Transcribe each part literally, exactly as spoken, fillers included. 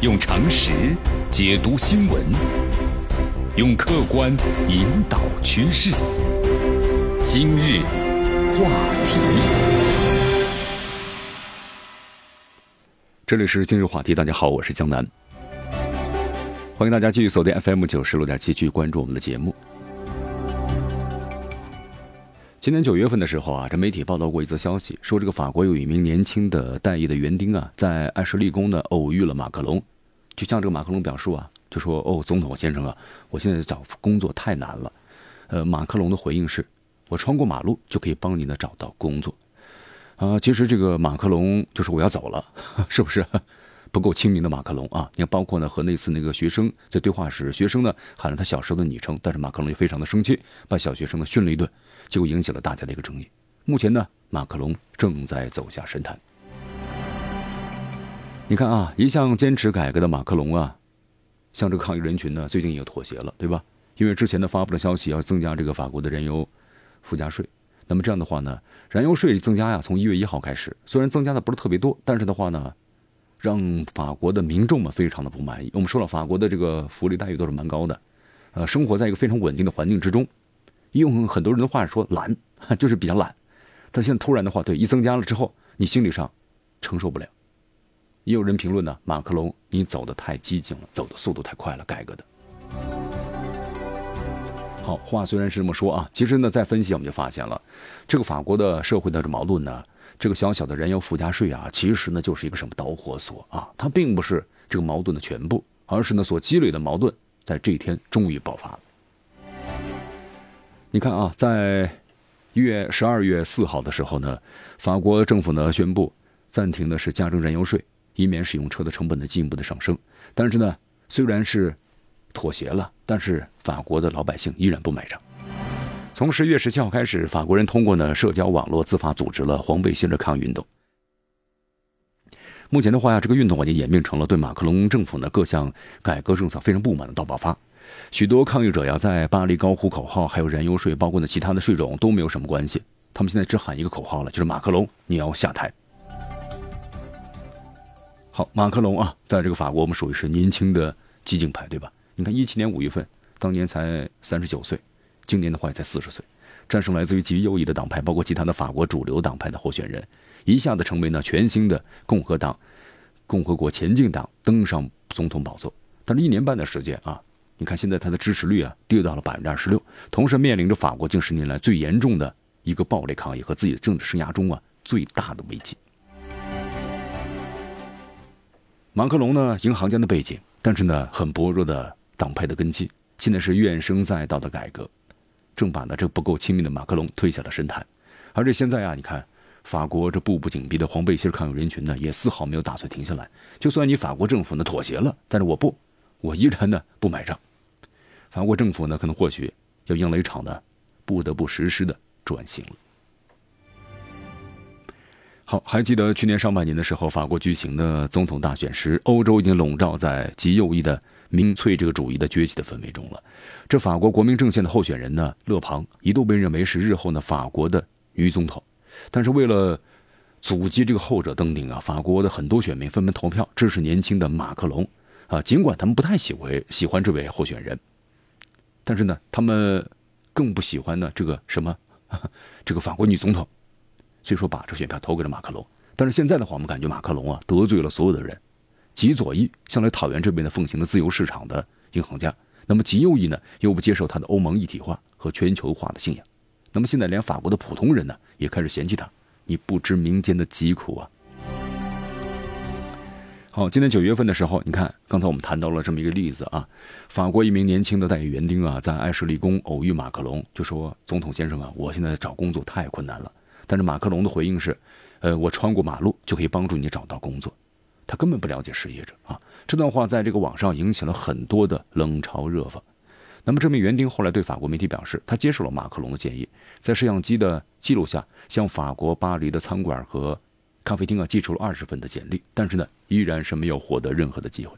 用常识解读新闻，用客观引导趋势。今日话题，这里是今日话题。大家好，我是江南，欢迎大家继续锁定 F M 九十六点七，继续关注我们的节目。今年九月份的时候啊，这媒体报道过一则消息，说这个法国有一名年轻的待业的园丁啊，在爱什利宫呢偶遇了马克龙，就向这个马克龙表述啊，就说哦，总统先生啊，我现在找工作太难了。呃，马克龙的回应是，我穿过马路就可以帮你呢找到工作。啊、呃，其实这个马克龙就是我要走了，是不是？不够亲民的马克龙啊！你看，包括呢和那次那个学生在对话时，学生呢喊了他小时候的昵称，但是马克龙也非常的生气，把小学生呢训了一顿，结果引起了大家的一个争议。目前呢，马克龙正在走下神坛。你看啊，一向坚持改革的马克龙啊，向这个抗议人群呢，最近也妥协了，对吧？因为之前呢发布的消息要增加这个法国的燃油附加税，那么这样的话呢，燃油税增加呀，从一月一号开始，虽然增加的不是特别多，但是的话呢，让法国的民众们非常的不满意。我们说了，法国的这个福利待遇都是蛮高的，呃，生活在一个非常稳定的环境之中。用很多人的话说，懒，就是比较懒。但现在突然的话，对，一增加了之后，你心理上承受不了。也有人评论呢，马克龙你走得太激进了，走的速度太快了，改革的。好，话虽然是这么说啊，其实呢，再分析我们就发现了，这个法国的社会的矛盾呢。这个小小的燃油附加税啊，其实呢就是一个什么导火索啊？它并不是这个矛盾的全部，而是呢所积累的矛盾在这一天终于爆发了。你看啊，在一月十二月四号的时候呢，法国政府呢宣布暂停的是加征燃油税，以免使用车的成本的进一步的上升。但是呢，虽然是妥协了，但是法国的老百姓依然不买账。从十一月十七号开始，法国人通过呢社交网络自发组织了黄背心的抗议运动。目前的话呀，这个运动已经演变成了对马克龙政府呢各项改革政策非常不满的大爆发。许多抗议者呀在巴黎高呼口号，还有燃油税，包括呢其他的税种都没有什么关系。他们现在只喊一个口号了，就是马克龙你要下台。好，马克龙啊，在这个法国我们属于是年轻的激进派，对吧？你看一七年五月份，当年才三十九岁。今年的话也才四十岁，战胜来自于极右翼的党派，包括其他的法国主流党派的候选人，一下子成为呢全新的共和党、共和国前进党登上总统宝座。但是一年半的时间啊，你看现在他的支持率啊跌到了百分之二十六，同时面临着法国近十年来最严重的一个暴力抗议和自己的政治生涯中啊最大的危机。马克龙呢，银行家的背景，但是呢很薄弱的党派的根基，现在是怨声载道的改革。正把呢这不够亲民的马克龙推下了神坛，而这现在啊，你看法国这步步紧逼的黄背心抗议人群呢，也丝毫没有打算停下来。就算你法国政府呢妥协了，但是我不，我依然呢不买账。法国政府呢，可能或许要迎来一场呢不得不实施的转型了。好，还记得去年上半年的时候，法国举行的总统大选时，欧洲已经笼罩在极右翼的民粹这个主义的崛起的氛围中了。这法国国民阵线的候选人呢，勒庞一度被认为是日后呢法国的女总统，但是为了阻击这个后者登顶啊，法国的很多选民纷纷投票支持年轻的马克龙啊，尽管他们不太喜欢喜欢这位候选人，但是呢，他们更不喜欢呢这个什么这个法国女总统，所以说把这选票投给了马克龙。但是现在的话，我们感觉马克龙啊得罪了所有的人，极左翼向来讨厌这边的奉行的自由市场的银行家。那么极右翼呢，又不接受他的欧盟一体化和全球化的信仰。那么现在连法国的普通人呢，也开始嫌弃他，你不知民间的疾苦啊。好，今年九月份的时候，你看刚才我们谈到了这么一个例子啊，法国一名年轻的待遇园丁啊，在爱什利宫偶遇马克龙，就说总统先生啊，我现在找工作太困难了。但是马克龙的回应是，呃，我穿过马路就可以帮助你找到工作。他根本不了解失业者啊！这段话在这个网上引起了很多的冷嘲热讽。那么这名园丁后来对法国媒体表示，他接受了马克龙的建议，在摄像机的记录下，向法国巴黎的餐馆和咖啡厅啊寄出了二十份的简历，但是呢，依然是没有获得任何的机会。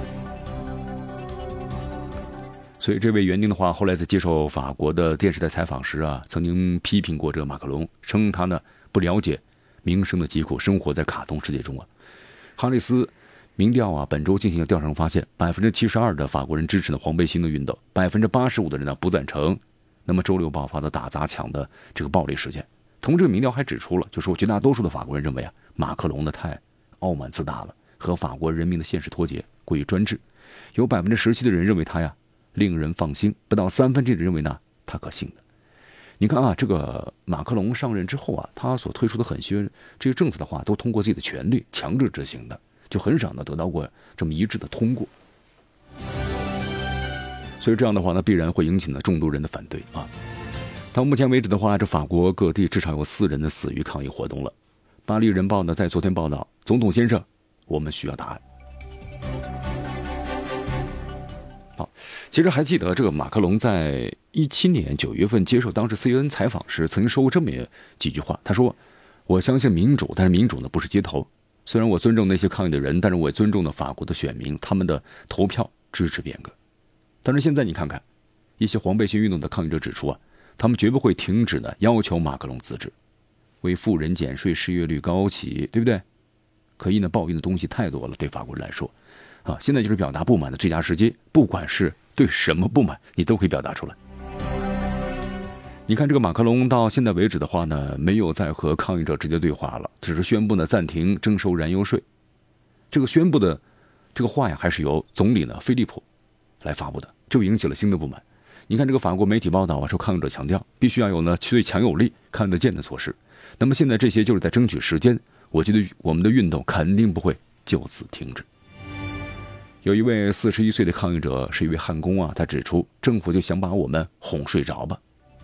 所以这位园丁的话，后来在接受法国的电视台采访时啊，曾经批评过这个马克龙，称他呢不了解民生的疾苦，生活在卡通世界中啊。哈里斯民调啊，本周进行的调查发现，百分之七十二的法国人支持呢黄背心的运动，百分之八十五的人呢不赞成。那么周六爆发的打砸抢的这个暴力事件，同时这个民调还指出了，就说绝大多数的法国人认为啊，马克龙呢太傲慢自大了，和法国人民的现实脱节，过于专制。有百分之十七的人认为他呀令人放心，不到三分之一的人认为呢他可信的。你看啊，这个马克龙上任之后啊，他所推出的很些这些政策的话，都通过自己的权力强制执行的，就很少呢得到过这么一致的通过。所以这样的话呢，必然会引起呢众多人的反对啊。到目前为止的话，这法国各地至少有四人的死于抗议活动了。巴黎人报呢在昨天报道，总统先生，我们需要答案。好，其实还记得这个马克龙在一七年九月份接受当时 C N N 采访时，曾经说过这么几句话。他说：“我相信民主，但是民主呢不是街头。虽然我尊重那些抗议的人，但是我也尊重了法国的选民，他们的投票支持变革。但是现在你看看，一些黄背心运动的抗议者指出啊，他们绝不会停止的要求马克龙辞职，为富人减税，失业率高企，对不对？可以呢抱怨的东西太多了，对法国人来说。”啊，现在就是表达不满的最佳时机，不管是对什么不满，你都可以表达出来。你看这个马克龙到现在为止的话呢，没有再和抗议者直接对话了，只是宣布呢暂停征收燃油税。这个宣布的这个话呀，还是由总理呢菲利普来发布的，就引起了新的不满。你看这个法国媒体报道啊，说抗议者强调必须要有呢最强有力、看得见的措施。那么现在这些就是在争取时间，我觉得我们的运动肯定不会就此停止。有一位四十一岁的抗议者是一位焊工啊，他指出政府就想把我们哄睡着吧。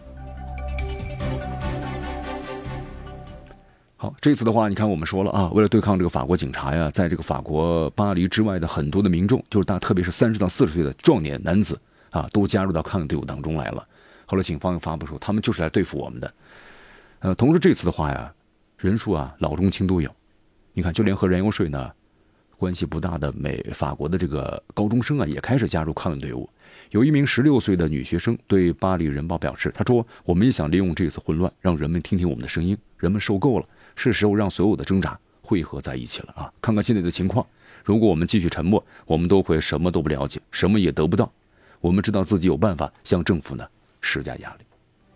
好，这次的话，你看我们说了啊，为了对抗这个法国警察呀，在这个法国巴黎之外的很多的民众，就是大特别是三十到四十岁的壮年男子啊，都加入到抗议队伍当中来了。后来警方又发布说，他们就是来对付我们的。呃，同时这次的话呀，人数啊老中青都有。你看，就连和燃油税呢关系不大的美法国的这个高中生啊，也开始加入抗议队伍。有一名十六岁的女学生对巴黎人报表示，她说：“我们也想利用这次混乱，让人们听听我们的声音。人们受够了，是时候让所有的挣扎汇合在一起了啊！看看现在的情况，如果我们继续沉默，我们都会什么都不了解，什么也得不到。我们知道自己有办法向政府呢施加压力。”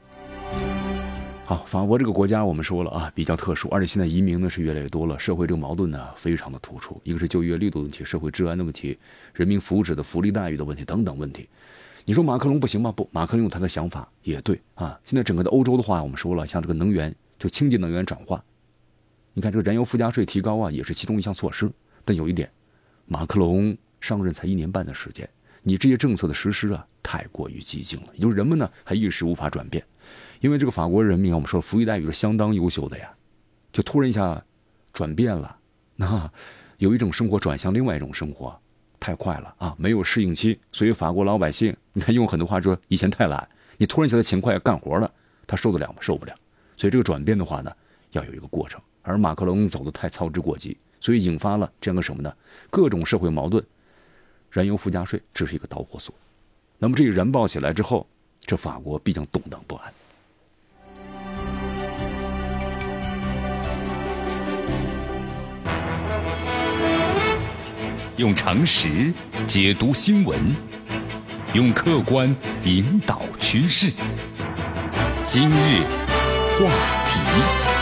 好，法国这个国家我们说了啊，比较特殊，而且现在移民呢是越来越多了，社会这个矛盾呢非常的突出，一个是就业力度的问题，社会治安的问题，人民福祉的福利待遇的问题等等问题。你说马克龙不行吗？不，马克龙有他的想法也对啊。现在整个的欧洲的话，我们说了，像这个能源就清洁能源转化，你看这个燃油附加税提高啊，也是其中一项措施。但有一点，马克龙上任才一年半的时间，你这些政策的实施啊太过于激进了，也就是人们呢还一时无法转变。因为这个法国人民啊，我们说福利待遇是相当优秀的呀，就突然一下转变了，那有一种生活转向另外一种生活，太快了啊，没有适应期，所以法国老百姓，你看用很多话说，以前太懒，你突然现在勤快干活了，他受得了吗？受不了。所以这个转变的话呢，要有一个过程。而马克龙走得太操之过急，所以引发了这样的什么呢？各种社会矛盾，燃油附加税只是一个导火索。那么这一燃爆起来之后，这法国必将动荡不安。 用常识解读新闻，用客观引导趋势。今日话题。